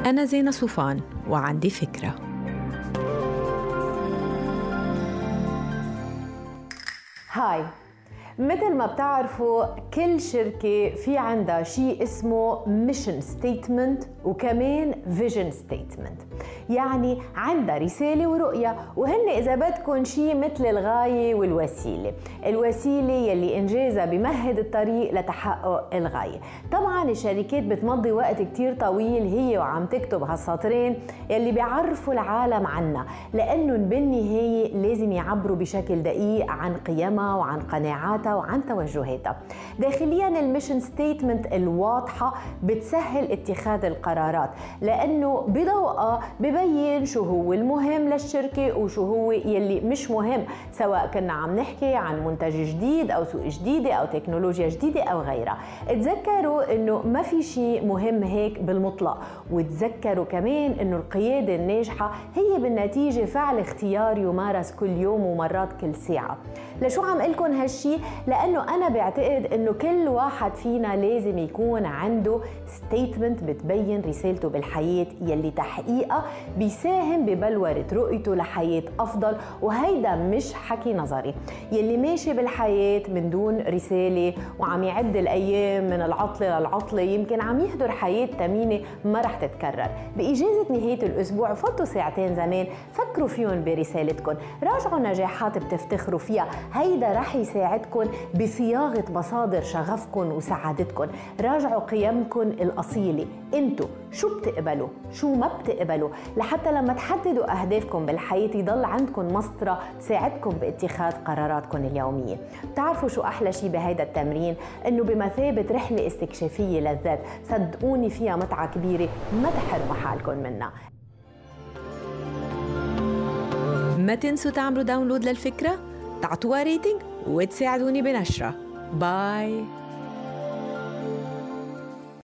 أنا زينة صوفان وعندي فكرة. هاي، مثل ما بتعرفوا كل شركة في عندها شيء اسمه ميشن ستيتمنت وكمان فيجن ستيتمنت، يعني عندها رسالة ورؤية، وهن إذا بدكم شيء مثل الغاية والوسيلة، الوسيلة يلي إنجازها بمهد الطريق لتحقق الغاية. طبعا الشركات بتمضي وقت كتير طويل هي وعم تكتب هالسطرين يلي بيعرفوا العالم عنا، لأنه بالنهاية لازم يعبروا بشكل دقيق عن قيمها وعن قناعاتها وعن توجهاتها. داخليا الميشن ستيتمنت الواضحة بتسهل اتخاذ القرارات، لأنه بضوءها ببين شو هو المهم للشركة وشو هو يلي مش مهم، سواء كنا عم نحكي عن منتج جديد أو سوق جديدة أو تكنولوجيا جديدة أو غيرها. تذكروا إنه ما في شيء مهم هيك بالمطلق، وتذكروا كمان إنه القيادة الناجحة هي بالنتيجة فعل اختيار يمارس كل يوم ومرات كل ساعة. لشو عم قلكن هالشي؟ لأنه أنا بعتقد إنه كل واحد فينا لازم يكون عنده ستيتمنت بتبين رسالته بالحياة يلي تحقيقها بيساهم ببلورة رؤيته لحياة أفضل، وهيدا مش حكي نظري. يلي ماشي بالحياة من دون رسالة وعم يعد الأيام من العطلة للعطلة يمكن عم يحضر حياة ثمينة ما رح تتكرر. بإجازة نهاية الأسبوع فوتوا ساعتين زمان فكروا فيهم برسالتكم، راجعوا نجاحات بتفتخروا فيها، هيدا رح يساعدكم بصياغة مصادر شغفكم وسعادتكم. راجعوا قيمكم الأصيلة، انتو شو بتقبلوا شو ما بتقبلوا، لحتى لما تحددوا أهدافكم بالحياة يضل عندكم مسطرة تساعدكم باتخاذ قراراتكم اليومية. بتعرفوا شو أحلى شي بهيدا التمرين؟ إنه بمثابة رحلة استكشافية للذات، صدقوني فيها متعة كبيرة ما تحرموا حالكم منها. ما تنسوا تعملوا داونلود للفكرة، تعطوها ريتنج وتساعدوني بنشرة. باي.